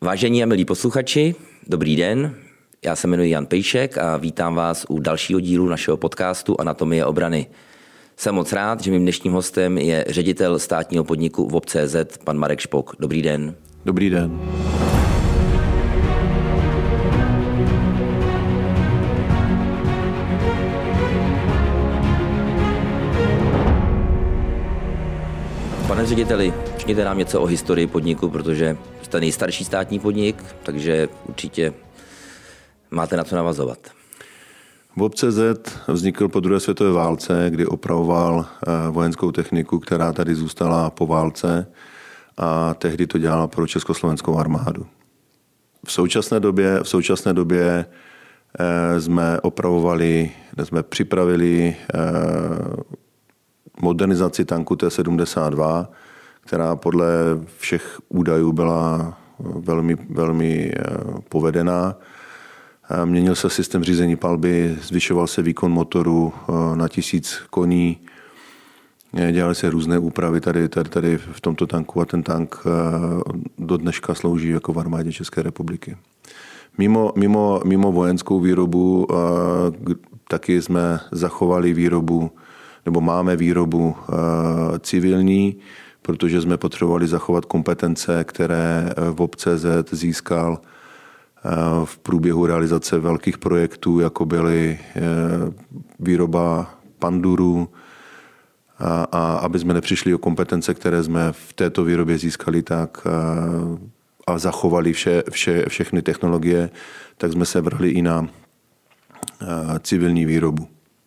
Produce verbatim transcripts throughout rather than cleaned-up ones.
Vážení a milí posluchači, dobrý den. Já se jmenuji Jan Pejšek a vítám vás u dalšího dílu naševo podcastu Anatomie obrany. Jsem moc rád, že mým dnešním hostem je ředitel státního podniku V O P tečka cé zet, pan Marek Špok. Dobrý den. Dobrý den. Pane řediteli, řekněte nám něco o historii podniku, protože jste nejstarší státní podnik, takže určitě máte na co navazovat. V O P tečka cé zet vznikl po druhé světové válce, kdy opravoval vojenskou techniku, která tady zůstala po válce a tehdy to dělala pro československou armádu. V současné době, v současné době jsme opravovali, jsme připravili modernizaci tanku T sedmdesát dva, která podle všech údajů byla velmi, velmi povedená. Měnil se systém řízení palby, zvyšoval se výkon motoru na tisíc koní, dělaly se různé úpravy tady, tady, tady v tomto tanku a ten tank do dneška slouží jako v armádě České republiky. Mimo, mimo, mimo vojenskou výrobu taky jsme zachovali výrobu, nebo máme výrobu civilní, protože jsme potřebovali zachovat kompetence, které V O P tečka cé zet získal v průběhu realizace velkých projektů, jako byly výroba pandurů, a, a aby jsme nepřišli o kompetence, které jsme v této výrobě získali, tak a zachovali vše, vše, všechny technologie, tak jsme se vrhli i na civilní výrobu.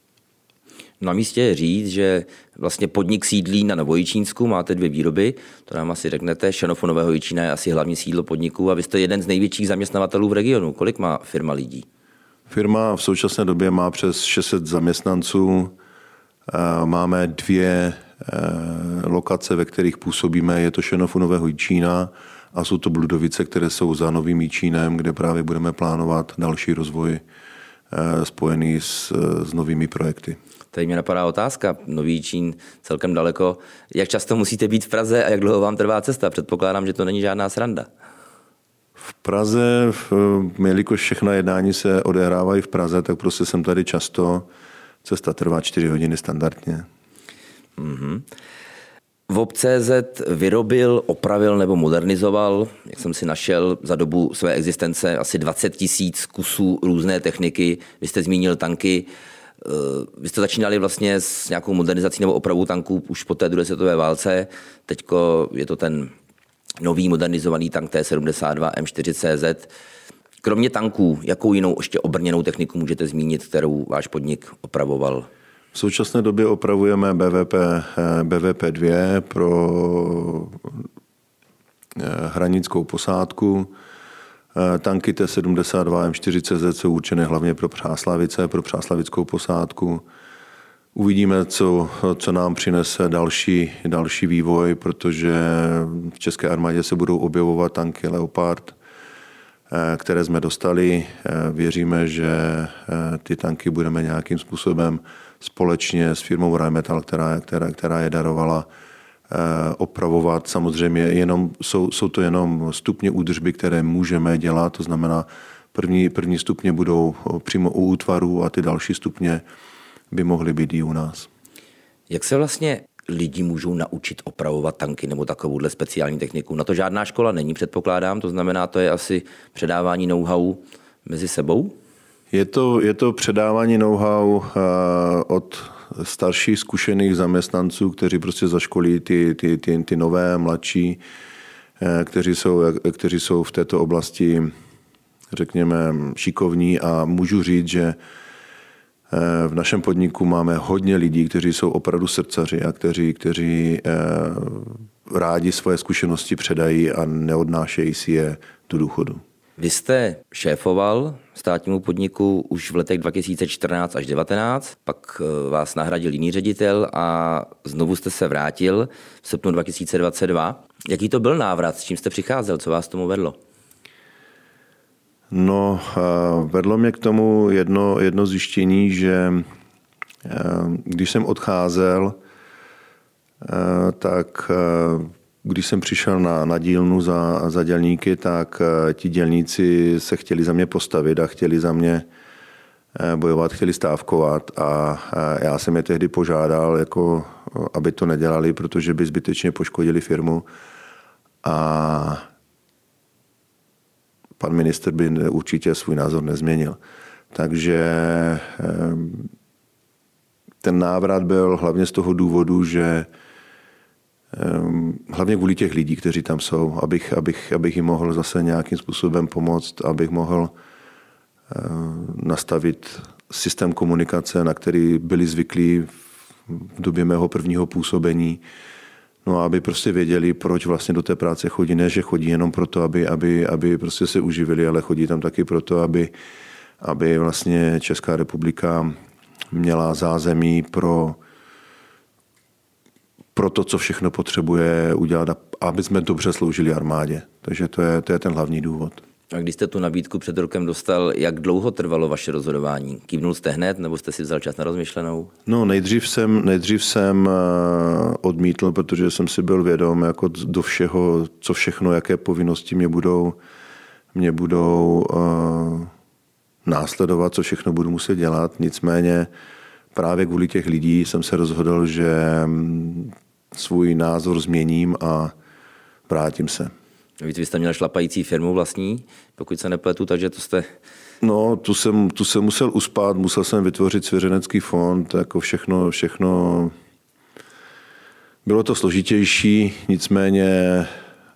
Na místě je říct, že vlastně podnik sídlí na Novojičínsku, máte dvě výroby, to nám asi řeknete, Šanov u Nového Jičína je asi hlavní sídlo podniku a vy jste jeden z největších zaměstnavatelů v regionu. Kolik má firma lidí? Firma v současné době má přes šest set zaměstnanců, máme dvě lokace, ve kterých působíme, je to Šanov u Nového Jičína a jsou to Bludovice, které jsou za Novým Jičínem, kde právě budeme plánovat další rozvoj spojený s, s novými projekty. Tady mě napadá otázka. Nový Jičín celkem daleko. Jak často musíte být v Praze a jak dlouho vám trvá cesta? Předpokládám, že to není žádná sranda. V Praze, jelikož všechna jednání se odehrávají v Praze, tak prostě jsem tady často. Cesta trvá čtyři hodiny standardně. Mm-hmm. V O P tečka cé zet vyrobil, opravil nebo modernizoval, jak jsem si našel, za dobu své existence asi dvacet tisíc kusů různé techniky. Vy jste zmínil tanky. Vy jste začínali vlastně s nějakou modernizací nebo opravou tanků už po té druhé světové válce. Teďko je to ten nový modernizovaný tank T sedmdesát dva M čtyři C Z. Kromě tanků, jakou jinou ještě obrněnou techniku můžete zmínit, kterou váš podnik opravoval? V současné době opravujeme B V P, B V P dva pro hranickou posádku. Tanky T sedmdesát dva M čtyři C Z jsou určené hlavně pro Přáslavice, pro přáslavickou posádku. Uvidíme, co, co nám přinese další, další vývoj, protože v české armádě se budou objevovat tanky Leopard, které jsme dostali. Věříme, že ty tanky budeme nějakým způsobem společně s firmou Rheinmetall, která, která, která je darovala, opravovat. Samozřejmě jenom, jsou, jsou to jenom stupně údržby, které můžeme dělat, to znamená první, první stupně budou přímo u útvaru a ty další stupně by mohly být i u nás. Jak se vlastně lidi můžou naučit opravovat tanky nebo takovouhle speciální techniku? Na to žádná škola není, předpokládám, to znamená, to je asi předávání know-how mezi sebou? Je to, je to předávání know-how od starších zkušených zaměstnanců, kteří prostě zaškolí ty, ty, ty, ty nové, mladší, kteří jsou, kteří jsou v této oblasti, řekněme, šikovní a můžu říct, že v našem podniku máme hodně lidí, kteří jsou opravdu srdcaři a kteří, kteří rádi svoje zkušenosti předají a neodnášejí si je do důchodu. Vy jste šéfoval státnímu podniku už v letech dva tisíce čtrnáct až devatenáct, pak vás nahradil jiný ředitel a znovu jste se vrátil v srpnu dva tisíce dvacet dva. Jaký to byl návrat, s čím jste přicházel, co vás tomu vedlo? No, vedlo mě k tomu jedno, jedno zjištění, že když jsem odcházel, tak když jsem přišel na, na dílnu za, za dělníky, tak ti dělníci se chtěli za mě postavit a chtěli za mě bojovat, chtěli stávkovat a já jsem je tehdy požádal, jako, aby to nedělali, protože by zbytečně poškodili firmu a pan ministr by určitě svůj názor nezměnil. Takže ten návrat byl hlavně z toho důvodu, že hlavně kvůli těch lidí, kteří tam jsou, abych, abych, abych jim mohl zase nějakým způsobem pomoct, abych mohl nastavit systém komunikace, na který byli zvyklí v době mého prvního působení. No a aby prostě věděli, proč vlastně do té práce chodí. Ne, že chodí jenom proto, aby, aby, aby prostě se uživili, ale chodí tam taky proto, aby, aby vlastně Česká republika měla zázemí pro, pro to, co všechno potřebuje udělat, aby jsme dobře sloužili armádě. Takže to je, to je ten hlavní důvod. A když jste tu nabídku před rokem dostal, jak dlouho trvalo vaše rozhodování? Kývnul jste hned, nebo jste si vzal čas na rozmyšlenou? No, nejdřív jsem, nejdřív jsem odmítl, protože jsem si byl vědom jako do všeho, co všechno, jaké povinnosti mě budou, mě budou uh, následovat, co všechno budu muset dělat. Nicméně právě kvůli těch lidí jsem se rozhodl, že svůj názor změním a vrátím se. Víc, vy jste měl šlapající firmu vlastní, pokud se nepletu, takže to jste... No, tu jsem, tu jsem musel uspát, musel jsem vytvořit svěřenecký fond, jako všechno, všechno... Bylo to složitější, nicméně eh,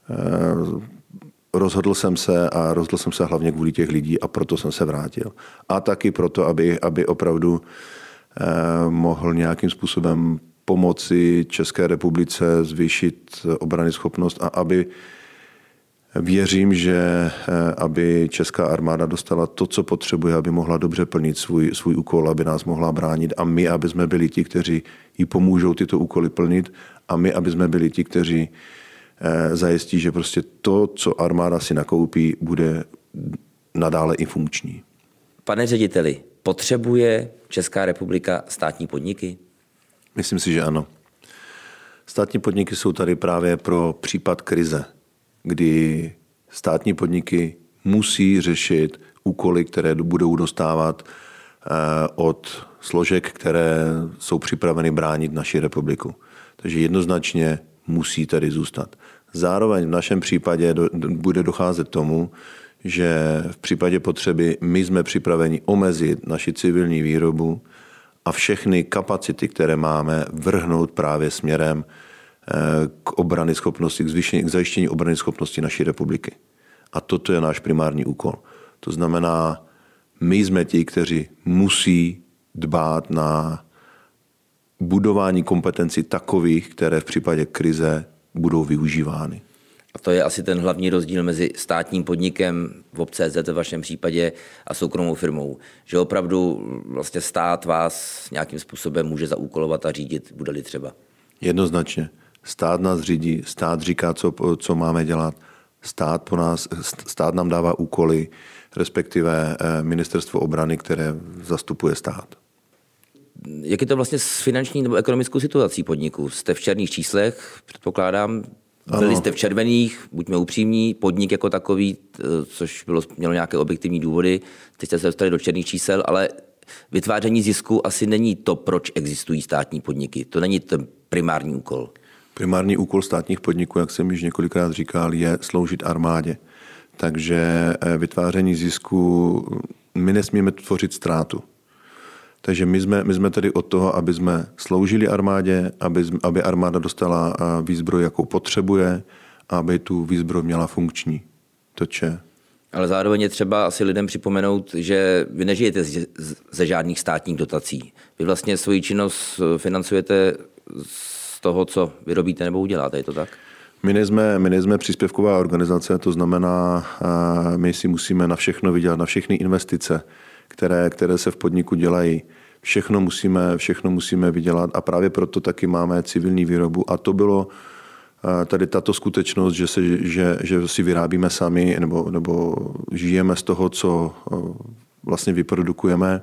rozhodl jsem se a rozhodl jsem se hlavně kvůli těch lidí a proto jsem se vrátil. A taky proto, aby, aby opravdu eh, mohl nějakým způsobem pomoci České republice zvýšit obranyschopnost a aby věřím, že aby česká armáda dostala to, co potřebuje, aby mohla dobře plnit svůj, svůj úkol, aby nás mohla bránit a my, aby jsme byli ti, kteří jí pomůžou tyto úkoly plnit a my, aby jsme byli ti, kteří zajistí, že prostě to, co armáda si nakoupí, bude nadále i funkční. Pane řediteli, potřebuje Česká republika státní podniky? Myslím si, že ano. Státní podniky jsou tady právě pro případ krize, kdy státní podniky musí řešit úkoly, které budou dostávat od složek, které jsou připraveny bránit naši republiku. Takže jednoznačně musí tady zůstat. Zároveň v našem případě bude docházet tomu, že v případě potřeby my jsme připraveni omezit naši civilní výrobu a všechny kapacity, které máme, vrhnout právě směrem k obrany schopnosti, k, zvýšení, k zajištění obrany schopnosti naší republiky. A toto je náš primární úkol. To znamená, my jsme ti, kteří musí dbát na budování kompetencí takových, které v případě krize budou využívány. A to je asi ten hlavní rozdíl mezi státním podnikem V O P tečka cé zet ve vašem případě a soukromou firmou. Že opravdu vlastně stát vás nějakým způsobem může zaúkolovat a řídit, bude-li třeba. Jednoznačně. Stát nás řídí, stát říká, co, co máme dělat, stát, po nás, stát nám dává úkoly, respektive ministerstvo obrany, které zastupuje stát. Jak je to vlastně s finanční nebo ekonomickou situací podniku? Jste v černých číslech, předpokládám, byli ano. Jste v červených, buďme upřímní, podnik jako takový, což bylo, mělo nějaké objektivní důvody, teď jste se dostali do černých čísel, ale vytváření zisku asi není to, proč existují státní podniky. To není ten primární úkol. Primární úkol státních podniků, jak jsem již několikrát říkal, je sloužit armádě. Takže vytváření zisku, my nesmíme tvořit ztrátu. Takže my jsme, my jsme tedy od toho, aby jsme sloužili armádě, aby, aby armáda dostala výzbroj, jakou potřebuje, aby tu výzbroj měla funkční. Toče. Ale zároveň je třeba asi lidem připomenout, že vy nežijete ze žádných státních dotací. Vy vlastně svoji činnost financujete z toho, co vyrobíte nebo uděláte, je to tak? My nejsme, my nejsme příspěvková organizace, to znamená, my si musíme na všechno vydělat, na všechny investice, které, které se v podniku dělají. Všechno musíme, všechno musíme vydělat a právě proto taky máme civilní výrobu. A to bylo tady tato skutečnost, že, se, že, že si vyrábíme sami nebo, nebo žijeme z toho, co vlastně vyprodukujeme,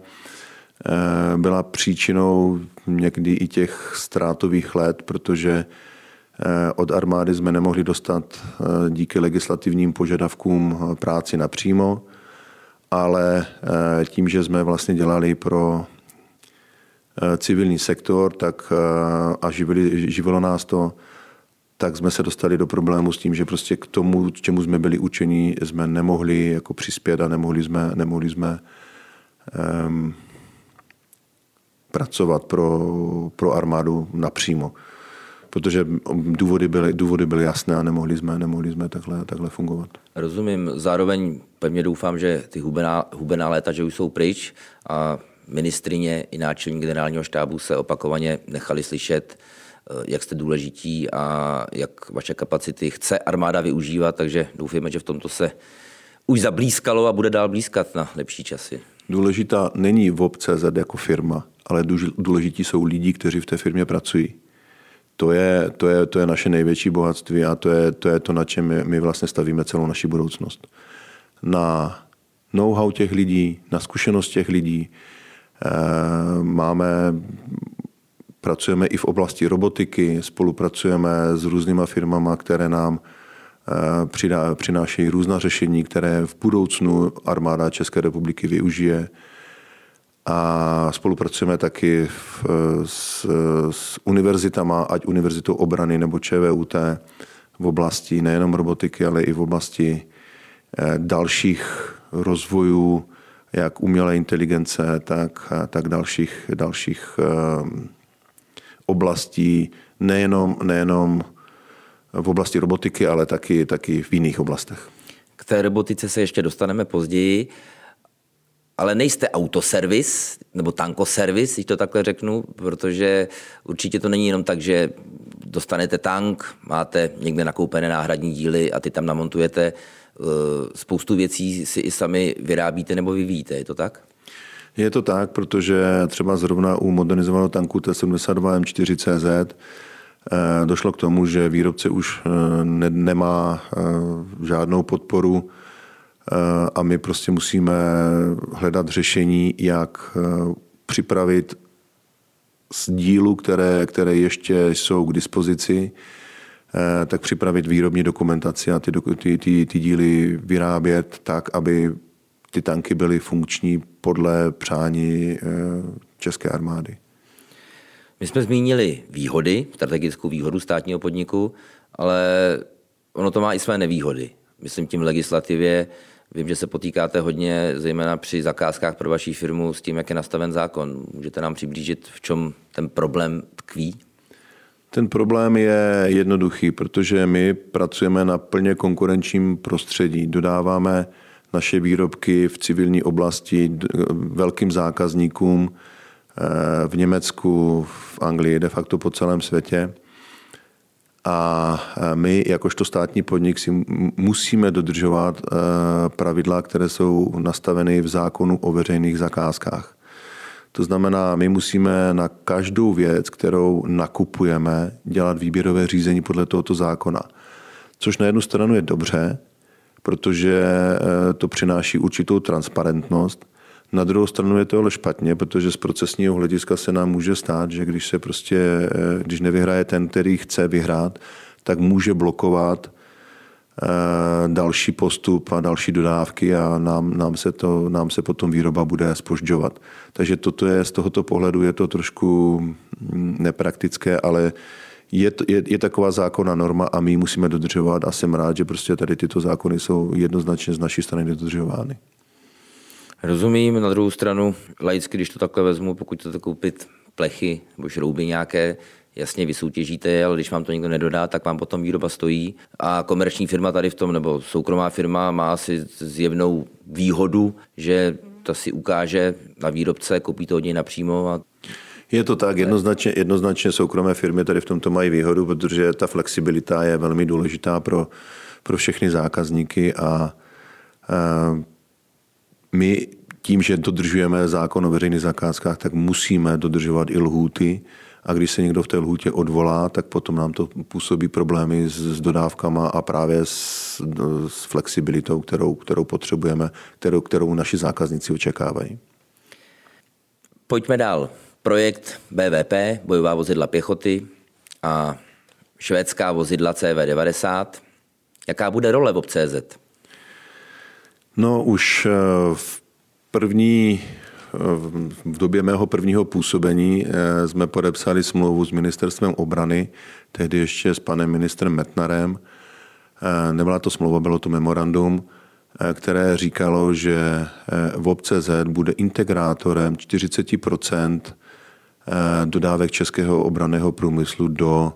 byla příčinou někdy i těch ztrátových let, protože Od armády jsme nemohli dostat díky legislativním požadavkům práci napřímo, ale tím, že jsme vlastně dělali pro civilní sektor tak a živili, živilo nás to, tak jsme se dostali do problému s tím, že prostě k tomu, k čemu jsme byli učeni, jsme nemohli jako přispět a nemohli jsme, nemohli jsme um, pracovat pro, pro armádu napřímo. Protože důvody byly, důvody byly jasné a nemohli jsme, nemohli jsme takhle, takhle fungovat. Rozumím. Zároveň pevně doufám, že ty hubená, hubená léta, že už jsou pryč a ministryně i náčelník generálního štábu se opakovaně nechali slyšet, jak jste důležití a jak vaše kapacity chce armáda využívat, takže doufujeme, že v tomto se už zablízkalo a bude dál blízkat na lepší časy. Důležitá není V O P tečka cé zet jako firma, ale důležití jsou lidi, kteří v té firmě pracují. To je, to je, to je naše největší bohatství a to je to, je to na čem my, my vlastně stavíme celou naši budoucnost. Na know-how těch lidí, na zkušenost těch lidí. E, máme, pracujeme i v oblasti robotiky, spolupracujeme s různýma firmama, které nám e, přidá, přinášejí různá řešení, které v budoucnu armáda České republiky využije. A spolupracujeme taky v, s, s univerzitama, ať univerzitou obrany nebo ČVUT v oblasti nejenom robotiky, ale i v oblasti dalších rozvojů, jak umělé inteligence, tak, tak dalších, dalších oblastí, nejenom, nejenom v oblasti robotiky, ale taky, taky v jiných oblastech. K té robotice se ještě dostaneme později. Ale nejste autoservis nebo tankoservis, když to takhle řeknu, protože určitě to není jenom tak, že dostanete tank, máte někde nakoupené náhradní díly a ty tam namontujete. Spoustu věcí si i sami vyrábíte nebo vyvíjíte, je to tak? Je to tak, protože třeba zrovna u modernizovaného tanku T sedmdesát dva M čtyři C Z došlo k tomu, že výrobce už ne, nemá žádnou podporu a my prostě musíme hledat řešení, jak připravit z dílů, které, které ještě jsou k dispozici, tak připravit výrobní dokumentaci a ty, ty, ty, ty díly vyrábět tak, aby ty tanky byly funkční podle přání České armády. My jsme zmínili výhody, strategickou výhodu státního podniku, ale ono to má i své nevýhody. Myslím tím legislativě. Vím, že se potýkáte hodně, zejména při zakázkách pro vaši firmu, s tím, jak je nastaven zákon. Můžete nám přiblížit, v čem ten problém tkví? Ten problém je jednoduchý, protože my pracujeme na plně konkurenčním prostředí. Dodáváme naše výrobky v civilní oblasti velkým zákazníkům v Německu, v Anglii, de facto po celém světě. A my, jakožto státní podnik, si musíme dodržovat pravidla, které jsou nastaveny v zákonu o veřejných zakázkách. To znamená, my musíme na každou věc, kterou nakupujeme, dělat výběrové řízení podle tohoto zákona. Což na jednu stranu je dobře, protože to přináší určitou transparentnost. Na druhou stranu je to ale špatně, protože z procesního hlediska se nám může stát, že když se prostě, když nevyhraje ten, který chce vyhrát, tak může blokovat další postup a další dodávky a nám, nám, se, to, nám se potom výroba bude zpožďovat. Takže toto je, z tohoto pohledu je to trošku nepraktické, ale je, je, je taková zákonná norma a my ji musíme dodržovat a jsem rád, že prostě tady tyto zákony jsou jednoznačně z naší strany dodržovány. Rozumím, na druhou stranu, laicky, když to takhle vezmu, pokud chcete koupit plechy nebo šrouby nějaké, jasně vysoutěžíte je, ale když vám to nikdo nedodá, tak vám potom výroba stojí. A komerční firma tady v tom, nebo soukromá firma má asi zjevnou výhodu, že to si ukáže na výrobce, koupí to od něj napřímo. A... Je to tak, jednoznačně, jednoznačně soukromé firmy tady v tomto mají výhodu, protože ta flexibilita je velmi důležitá pro, pro všechny zákazníky a, a my tím, že dodržujeme zákon o veřejných zakázkách, tak musíme dodržovat i lhůty a když se někdo v té lhůtě odvolá, tak potom nám to působí problémy s, s dodávkama a právě s, s flexibilitou, kterou, kterou potřebujeme, kterou, kterou naši zákazníci očekávají. Pojďme dál. Projekt B V P, bojová vozidla pěchoty a švédská vozidla C V devadesát. Jaká bude role V O P tečka cé zet? No už v první, v době mého prvního působení jsme podepsali smlouvu s ministerstvem obrany, tehdy ještě s panem ministrem Metnarem. Nebyla to smlouva, bylo to memorandum, které říkalo, že V O P tečka cé zet bude integrátorem čtyřicet procent dodávek českého obranného průmyslu do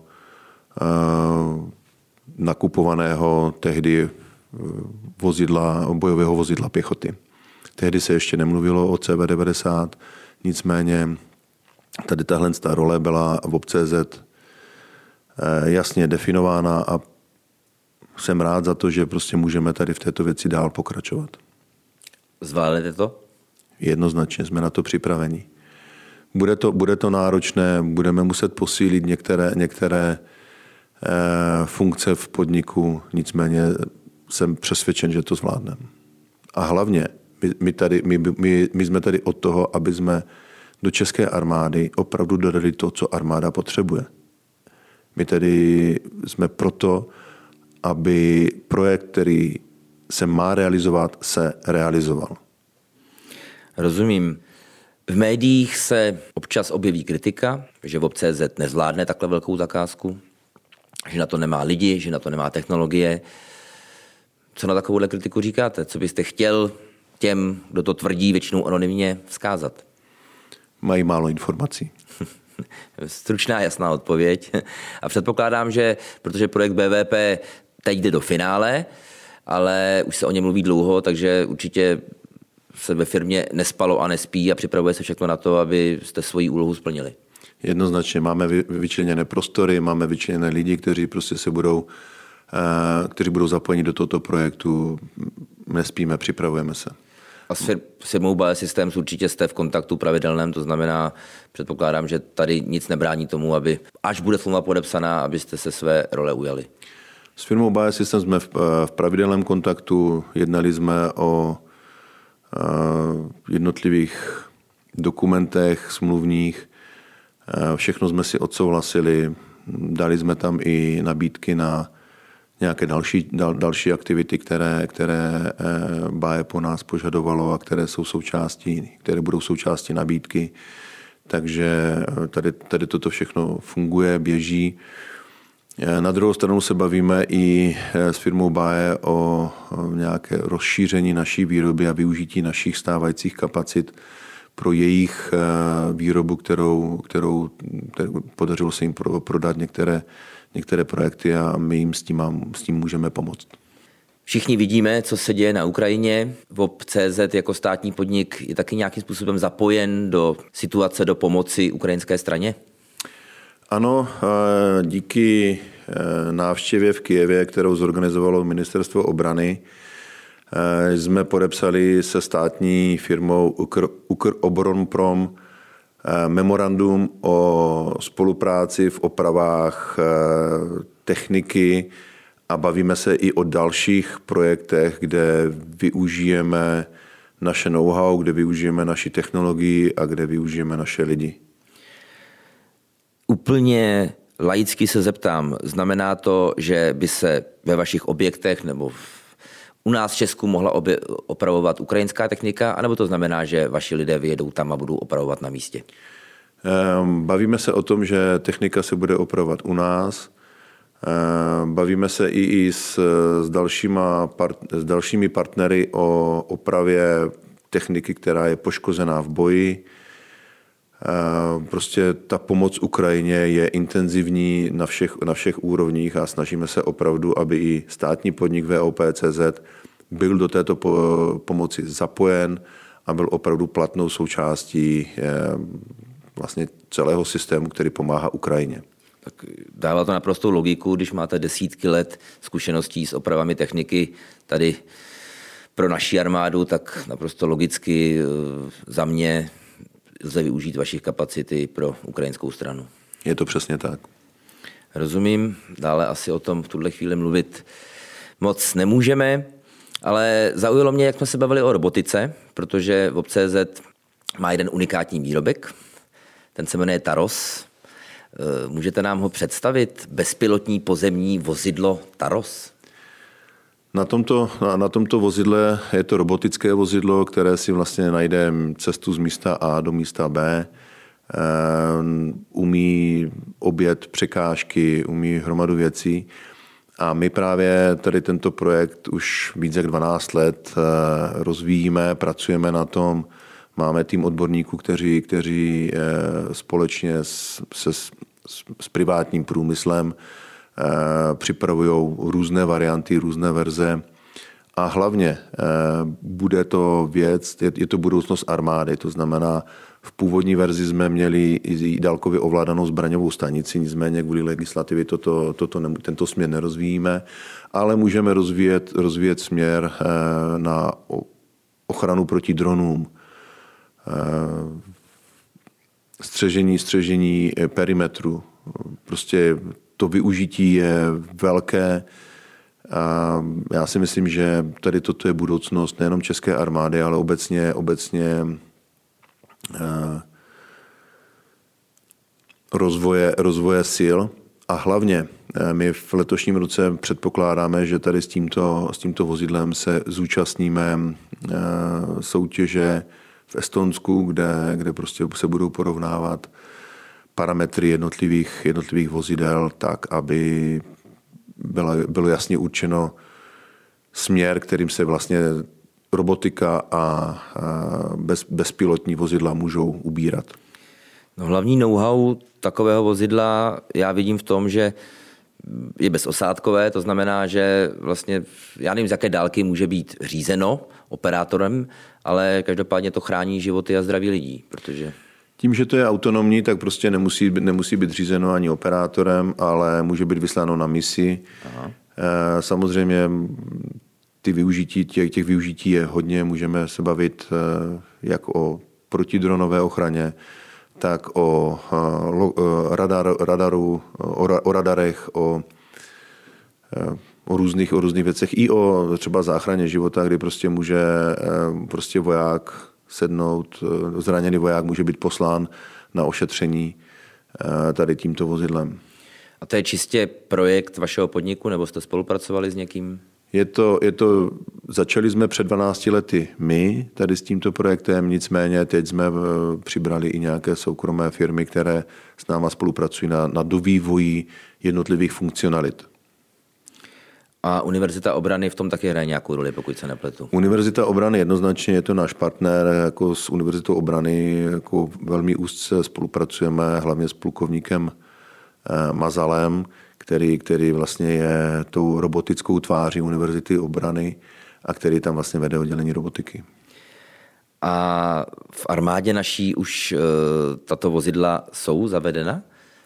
nakupovaného tehdy vozidla, bojového vozidla pěchoty. Tehdy se ještě nemluvilo o C V devadesát, nicméně tady tahle role byla V O P tečka cé zet jasně definována a jsem rád za to, že prostě můžeme tady v této věci dál pokračovat. Zvládnete to? Jednoznačně jsme na to připraveni. Bude to, bude to náročné, budeme muset posílit některé, některé eh, funkce v podniku, nicméně jsem přesvědčen, že to zvládneme. A hlavně, my, my, tady, my, my, my jsme tady od toho, aby jsme do české armády opravdu dodali to, co armáda potřebuje. My tady jsme proto, aby projekt, který se má realizovat, se realizoval. Rozumím. V médiích se občas objeví kritika, že V O P tečka cé zet nezvládne takhle velkou zakázku, že na to nemá lidi, že na to nemá technologie. Co na takovouhle kritiku říkáte? Co byste chtěl těm, kdo to tvrdí, většinou anonymně, vzkázat? Mají málo informací. Stručná, jasná odpověď. A předpokládám, že protože projekt B V P teď jde do finále, ale už se o něm mluví dlouho, takže určitě se ve firmě nespalo a nespí a připravuje se všechno na to, aby jste svoji úlohu splnili. Jednoznačně máme vyčleněné prostory, máme vyčleněné lidi, kteří prostě se budou, kteří budou zapojeni do tohoto projektu. Nespíme, připravujeme se. A s firmou Biosystems určitě jste v kontaktu pravidelném, to znamená, předpokládám, že tady nic nebrání tomu, aby až bude smlouva podepsaná, abyste se své role ujali. S firmou Biosystems jsme v, v pravidelném kontaktu, jednali jsme o jednotlivých dokumentech smluvních, všechno jsme si odsouhlasili, dali jsme tam i nabídky na nějaké další, dal, další aktivity, které, které B A E po nás požadovalo a které jsou součástí, které budou součástí nabídky. Takže tady, tady toto všechno funguje, běží. Na druhou stranu se bavíme i s firmou B A E o nějaké rozšíření naší výroby a využití našich stávajících kapacit pro jejich výrobu, kterou, kterou, kterou podařilo se jim prodat některé, některé projekty a my jim s tím, mám, s tím můžeme pomoct. Všichni vidíme, co se děje na Ukrajině. V O P tečka cé zet jako státní podnik je taky nějakým způsobem zapojen do situace, do pomoci ukrajinské straně? Ano, díky návštěvě v Kyjevě, kterou zorganizovalo Ministerstvo obrany, jsme podepsali se státní firmou Ukroboronprom memorandum o spolupráci v opravách techniky a bavíme se i o dalších projektech, kde využijeme naše know-how, kde využijeme naši technologii a kde využijeme naše lidi. Úplně laicky se zeptám, znamená to, že by se ve vašich objektech nebo u nás v Česku mohla obje- opravovat ukrajinská technika, anebo to znamená, že vaši lidé vyjedou tam a budou opravovat na místě? Bavíme se o tom, že technika se bude opravovat u nás. Bavíme se i, i s, s, dalšíma part, s dalšími partnery o opravě techniky, která je poškozená v boji. Prostě ta pomoc Ukrajině je intenzivní na všech, na všech úrovních a snažíme se opravdu, aby i státní podnik V O P tečka cé zet byl do této pomoci zapojen a byl opravdu platnou součástí vlastně celého systému, který pomáhá Ukrajině. Tak dává to naprostou logiku, když máte desítky let zkušeností s opravami techniky tady pro naši armádu, tak naprosto logicky za mě lze využít vašich kapacity pro ukrajinskou stranu. Je to přesně tak. Rozumím, dále asi o tom v tuhle chvíli mluvit moc nemůžeme, ale zaujalo mě, jak jsme se bavili o robotice, protože V O P tečka cé zet má jeden unikátní výrobek, ten se jmenuje Taros Můžete nám ho představit? Bezpilotní pozemní vozidlo Taros? Na tomto, na, na tomto vozidle je to robotické vozidlo, které si vlastně najde cestu z místa A do místa B. Umí objet překážky, umí hromadu věcí. A my právě tady tento projekt už více jak dvanáct let rozvíjíme, pracujeme na tom. Máme tým odborníků, kteří, kteří společně s, se, s, s privátním průmyslem připravují různé varianty, různé verze. A hlavně bude to věc, je to budoucnost armády, to znamená, v původní verzi jsme měli i dálkově ovládanou zbraňovou stanici, nicméně kvůli legislativě toto, toto, tento směr nerozvíjíme, ale můžeme rozvíjet, rozvíjet směr na ochranu proti dronům, střežení, střežení perimetru. Prostě to využití je velké. A já si myslím, že tady toto je budoucnost nejenom české armády, ale obecně, obecně rozvoje, rozvoje sil. A hlavně my v letošním roce předpokládáme, že tady s tímto, s tímto vozidlem se zúčastníme soutěže v Estonsku, kde, kde prostě se budou porovnávat parametry jednotlivých, jednotlivých vozidel tak, aby bylo, bylo jasně určeno směr, kterým se vlastně robotika a bez, bezpilotní vozidla můžou ubírat. No, hlavní know-how takového vozidla já vidím v tom, že je bezosádkové, to znamená, že vlastně já nevím, z jaké dálky může být řízeno operátorem, ale každopádně to chrání životy a zdraví lidí, protože... Tím, že to je autonomní, tak prostě nemusí, nemusí být řízeno ani operátorem, ale může být vysláno na misi. Aha. Samozřejmě ty využití, těch, těch využití je hodně, můžeme se bavit jak o protidronové ochraně, tak o radar, radaru, o, o radarech, o, o, různých, o různých věcech, i o třeba záchraně života, kdy prostě může prostě voják sednout, zraněný voják může být poslán na ošetření tady tímto vozidlem. A to je čistě projekt vašeho podniku, nebo jste spolupracovali s někým? Je to, je to, začali jsme před dvanácti lety my tady s tímto projektem, nicméně teď jsme přibrali i nějaké soukromé firmy, které s náma spolupracují na, na dovývoji jednotlivých funkcionalit. A Univerzita obrany v tom taky hraje nějakou roli, pokud se nepletu? Univerzita obrany jednoznačně je to náš partner, jako s Univerzitou obrany jako velmi úzce spolupracujeme, hlavně s plukovníkem Mazalem, který, který vlastně je tou robotickou tváří Univerzity obrany a který tam vlastně vede oddělení robotiky. A v armádě naší už tato vozidla jsou zavedena?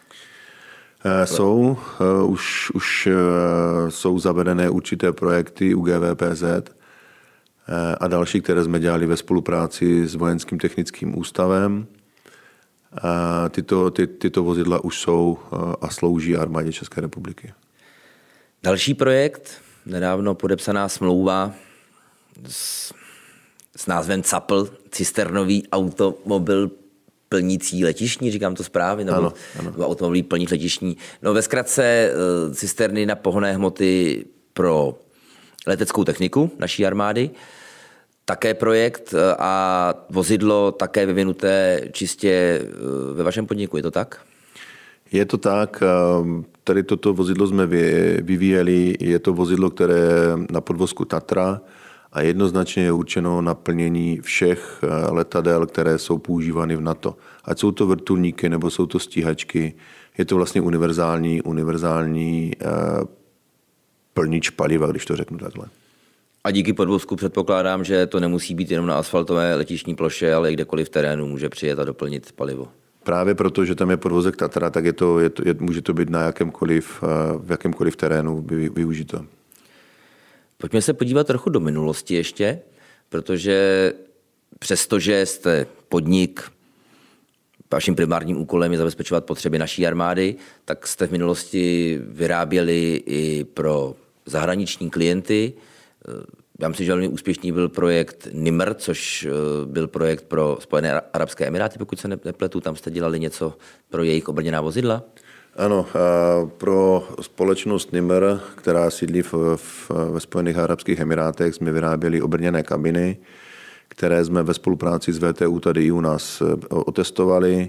Jsou, už, už jsou zavedené určité projekty u G V P Z a další, které jsme dělali ve spolupráci s Vojenským technickým ústavem. Tyto, ty, tyto vozidla už jsou a slouží armádě České republiky. Další projekt, nedávno podepsaná smlouva s, s názvem C A P L, cisternový automobil plnící letišní, říkám to správně, nebo, ano, ano. nebo automobilí plnící letišní. No ve zkratce cisterny na pohonné hmoty pro leteckou techniku naší armády. Také projekt a vozidlo také vyvinuté čistě ve vašem podniku, je to tak? Je to tak. Tady toto vozidlo jsme vyvíjeli. Je to vozidlo, které je na podvozku Tatra a jednoznačně je určeno na plnění všech letadel, které jsou používány v NATO. Ať jsou to vrtulníky nebo jsou to stíhačky, je to vlastně univerzální, univerzální plnič paliva, když to řeknu takhle. A díky podvozku předpokládám, že to nemusí být jenom na asfaltové letištní ploše, ale i kdekoliv v terénu může přijet a doplnit palivo. Právě proto, že tam je podvozek Tatra, tak je to, je to, je, může to být na jakémkoliv, v jakémkoliv terénu využito. Pojďme se podívat trochu do minulosti ještě, protože přestože jste podnik, vaším primárním úkolem je zabezpečovat potřeby naší armády, tak jste v minulosti vyráběli i pro zahraniční klienty. já myslím, že velmi úspěšný byl projekt Nimr, což byl projekt pro Spojené arabské emiráty, pokud se nepletu, tam jste dělali něco pro jejich obrněná vozidla? Ano, pro společnost Nimr, která sídlí v, v, ve Spojených arabských emirátech, jsme vyráběli obrněné kabiny, které jsme ve spolupráci s V T U tady i u nás otestovali.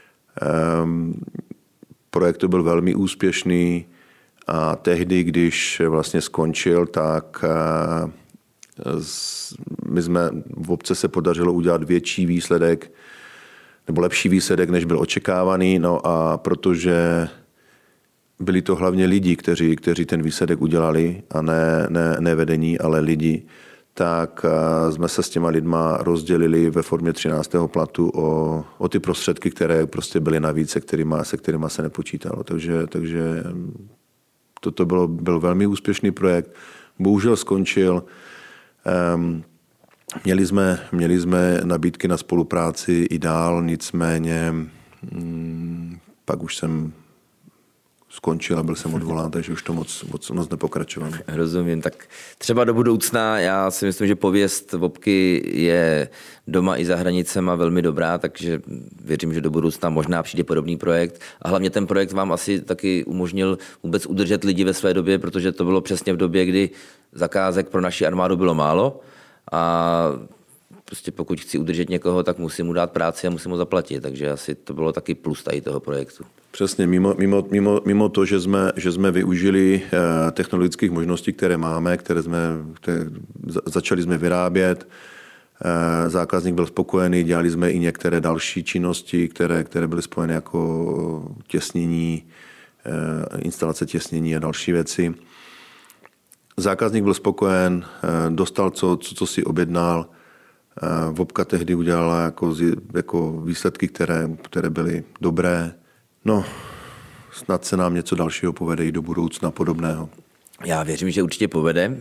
Projekt byl velmi úspěšný a tehdy, když vlastně skončil, tak my jsme v obce se podařilo udělat větší výsledek, nebo lepší výsledek, než byl očekávaný. No a protože byli to hlavně lidi, kteří, kteří ten výsledek udělali, a ne, ne, ne vedení, ale lidi, tak jsme se s těma lidma rozdělili ve formě třináctého platu o, o ty prostředky, které prostě byly navíc, se kterýma se, kterýma se nepočítalo. Takže, takže toto bylo, byl velmi úspěšný projekt. Bohužel skončil. Um, Měli jsme, měli jsme nabídky na spolupráci i dál, nicméně hmm, pak už jsem skončil a byl jsem odvolán, takže už to moc, moc, moc nepokračovalo. Rozumím, tak třeba do budoucna, já si myslím, že pověst Vobky je doma i za hranicema velmi dobrá, takže věřím, že do budoucna možná přijde podobný projekt a hlavně ten projekt vám asi taky umožnil vůbec udržet lidi ve své době, protože to bylo přesně v době, kdy zakázek pro naši armádu bylo málo a prostě pokud chci udržet někoho, tak musím mu dát práci a musím mu zaplatit, takže asi to bylo taky plus tady toho projektu. Přesně, mimo, mimo, mimo, mimo to, že jsme, že jsme využili technologických možností, které máme, které jsme, které začali jsme vyrábět, zákazník byl spokojený, dělali jsme i některé další činnosti, které, které byly spojeny jako těsnění, instalace těsnění a další věci. Zákazník byl spokojen, dostal co, co, co si objednal. Vobka tehdy udělala jako, jako výsledky, které, které byly dobré. No, snad se nám něco dalšího povede i do budoucna podobného. Já věřím, že určitě povede.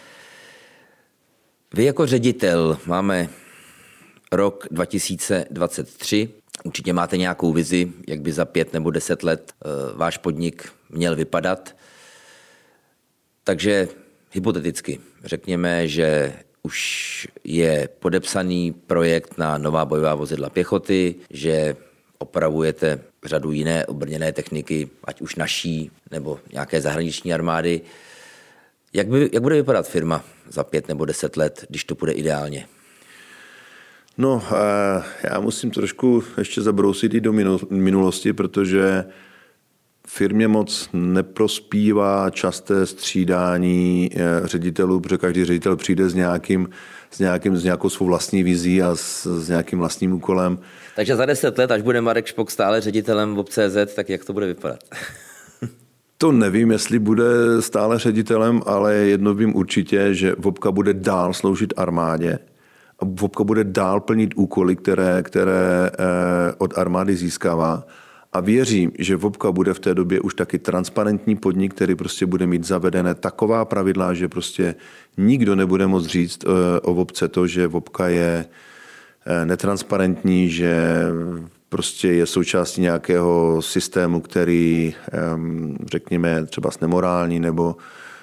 Vy jako ředitel, máme rok dva tisíce dvacet tři, určitě máte nějakou vizi, jak by za pět nebo deset let váš podnik měl vypadat. Takže hypoteticky řekněme, že už je podepsaný projekt na nová bojová vozidla pěchoty, že opravujete řadu jiné obrněné techniky, ať už naší nebo nějaké zahraniční armády. Jak, by, jak bude vypadat firma za pět nebo deset let, když to bude ideálně? No, já musím trošku ještě zabrousit i do minulosti, protože firmě moc neprospívá časté střídání ředitelů, protože každý ředitel přijde s, nějakým, s, nějakým, s nějakou svou vlastní vizí a s, s nějakým vlastním úkolem. Takže za deset let, až bude Marek Špok stále ředitelem Vob tečka cé zet, tak jak to bude vypadat? To nevím, jestli bude stále ředitelem, ale jedno vím určitě, že Vobka bude dál sloužit armádě a Vobka bude dál plnit úkoly, které, které od armády získává. A věřím, že Vobka bude v té době už taky transparentní podnik, který prostě bude mít zavedené taková pravidla, že prostě nikdo nebude moct říct o Vobce to, že Vobka je netransparentní, že prostě je součástí nějakého systému, který, řekněme, třeba nemorální nebo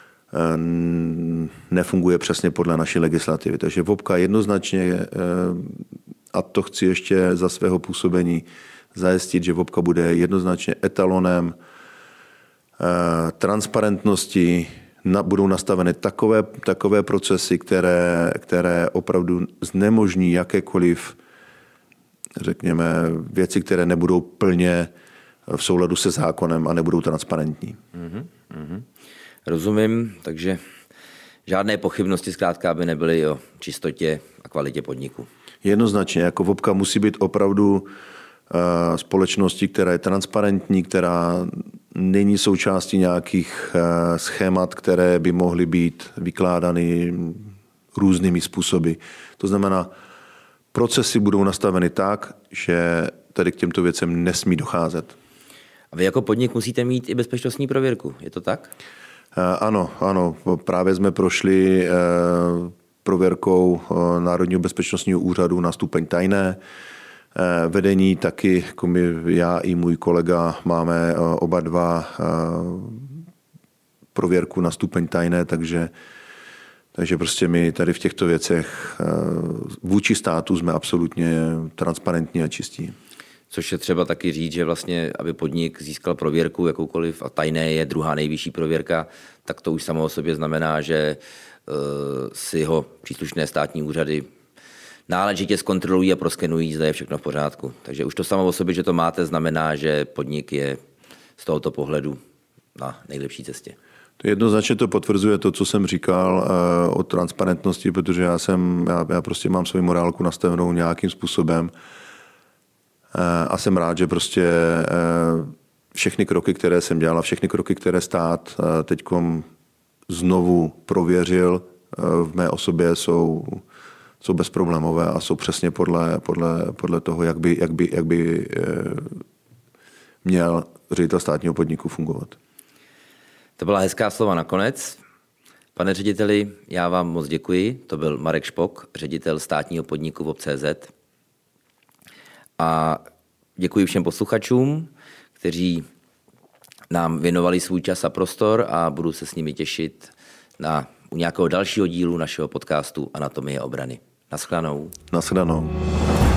nefunguje přesně podle naší legislativy. Takže Vobka jednoznačně, a to chci ještě za svého působení zajistit, že Vobka bude jednoznačně etalonem transparentnosti, budou nastaveny takové, takové procesy, které, které opravdu znemožní jakékoliv, řekněme, věci, které nebudou plně v souladu se zákonem a nebudou transparentní. Mm-hmm, mm-hmm. Rozumím, takže žádné pochybnosti zkrátka by nebyly o čistotě a kvalitě podniku. Jednoznačně, jako Vobka musí být opravdu společnosti, která je transparentní, která není součástí nějakých schémat, které by mohly být vykládány různými způsoby. To znamená, procesy budou nastaveny tak, že tady k těmto věcem nesmí docházet. A vy jako podnik musíte mít i bezpečnostní prověrku, je to tak? Ano, ano. Právě jsme prošli prověrkou Národního bezpečnostního úřadu na stupeň tajné. Vedení taky, jako my, já i můj kolega, máme oba dva prověrku na stupeň tajné, takže, Takže prostě my tady v těchto věcech vůči státu jsme absolutně transparentní a čistí. Což je třeba taky říct, že vlastně, aby podnik získal prověrku jakoukoliv, a tajné je druhá nejvyšší prověrka, tak to už samo o sobě znamená, že uh, si ho příslušné státní úřady náležitě zkontrolují a proskenují, zda je všechno v pořádku. Takže už to samo o sobě, že to máte, znamená, že podnik je z tohoto pohledu na nejlepší cestě. To jednoznačně to potvrzuje to, co jsem říkal uh, o transparentnosti, protože já, jsem, já, já prostě mám svou morálku nastavenou nějakým způsobem uh, a jsem rád, že prostě uh, všechny kroky, které jsem dělal a všechny kroky, které stát uh, teďkom znovu prověřil uh, v mé osobě, jsou, jsou bezproblémové a jsou přesně podle, podle, podle toho, jak by, jak by, jak by uh, měl ředitel státního podniku fungovat. To byla hezká slova nakonec. Pane řediteli, já vám moc děkuji. To byl Marek Špok, ředitel státního podniku V O P tečka cé zet. A děkuji všem posluchačům, kteří nám věnovali svůj čas a prostor a budu se s nimi těšit na u nějakého dalšího dílu našeho podcastu Anatomie obrany. Naschledanou. Naschledanou.